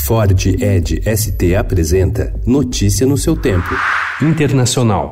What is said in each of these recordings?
Ford Edge ST apresenta Notícia no seu tempo. Internacional.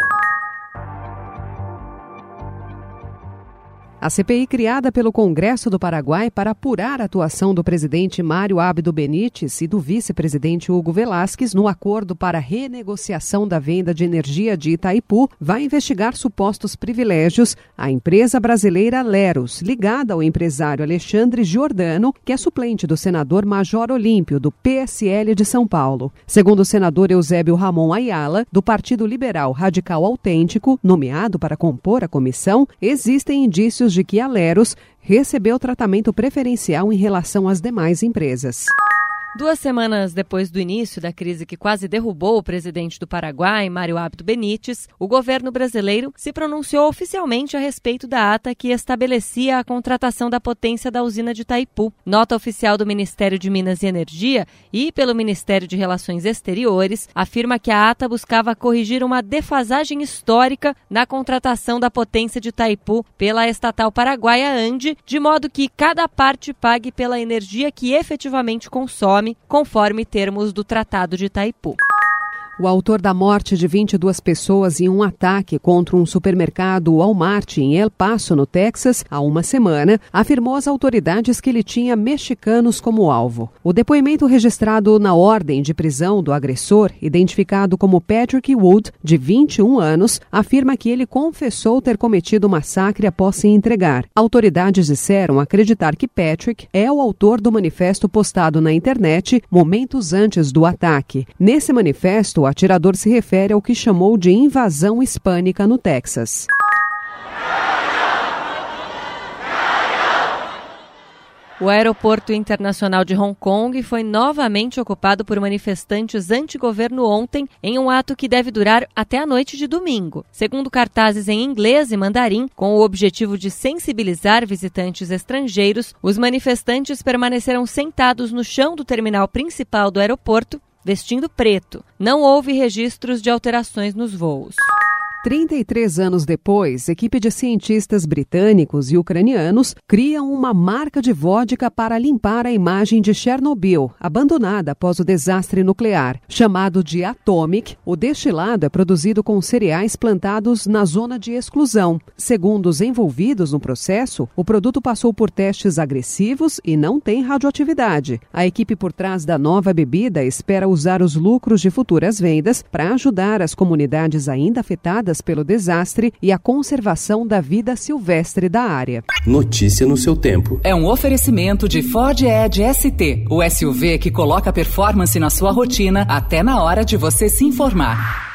A CPI criada pelo Congresso do Paraguai para apurar a atuação do presidente Mário Abdo Benítez e do vice-presidente Hugo Velásquez no acordo para renegociação da venda de energia de Itaipu vai investigar supostos privilégios à empresa brasileira Leros, ligada ao empresário Alexandre Giordano, que é suplente do senador Major Olímpio, do PSL de São Paulo. Segundo o senador Eusébio Ramon Ayala, do Partido Liberal Radical Autêntico, nomeado para compor a comissão, existem indícios de que a Leros recebeu tratamento preferencial em relação às demais empresas. 2 semanas depois do início da crise que quase derrubou o presidente do Paraguai, Mário Abdo Benítez, o governo brasileiro se pronunciou oficialmente a respeito da ata que estabelecia a contratação da potência da usina de Itaipu. Nota oficial do Ministério de Minas e Energia e pelo Ministério de Relações Exteriores afirma que a ata buscava corrigir uma defasagem histórica na contratação da potência de Itaipu pela estatal paraguaia ANDE, de modo que cada parte pague pela energia que efetivamente consome, conforme termos do Tratado de Itaipu. O autor da morte de 22 pessoas em um ataque contra um supermercado Walmart em El Paso, no Texas, há uma semana, afirmou às autoridades que ele tinha mexicanos como alvo. O depoimento registrado na ordem de prisão do agressor, identificado como Patrick Wood, de 21 anos, afirma que ele confessou ter cometido o massacre após se entregar. Autoridades disseram acreditar que Patrick é o autor do manifesto postado na internet momentos antes do ataque. Nesse manifesto, o atirador se refere ao que chamou de invasão hispânica no Texas. O aeroporto internacional de Hong Kong foi novamente ocupado por manifestantes anti-governo ontem em um ato que deve durar até a noite de domingo. Segundo cartazes em inglês e mandarim, com o objetivo de sensibilizar visitantes estrangeiros, os manifestantes permaneceram sentados no chão do terminal principal do aeroporto, vestindo preto. Não houve registros de alterações nos voos. 33 anos depois, equipe de cientistas britânicos e ucranianos criam uma marca de vodka para limpar a imagem de Chernobyl, abandonada após o desastre nuclear. Chamado de Atomic, o destilado é produzido com cereais plantados na zona de exclusão. Segundo os envolvidos no processo, o produto passou por testes agressivos e não tem radioatividade. A equipe por trás da nova bebida espera usar os lucros de futuras vendas para ajudar as comunidades ainda afetadas pelo desastre e a conservação da vida silvestre da área. Notícia no seu tempo. É um oferecimento de Ford Edge ST, o SUV que coloca performance na sua rotina até na hora de você se informar.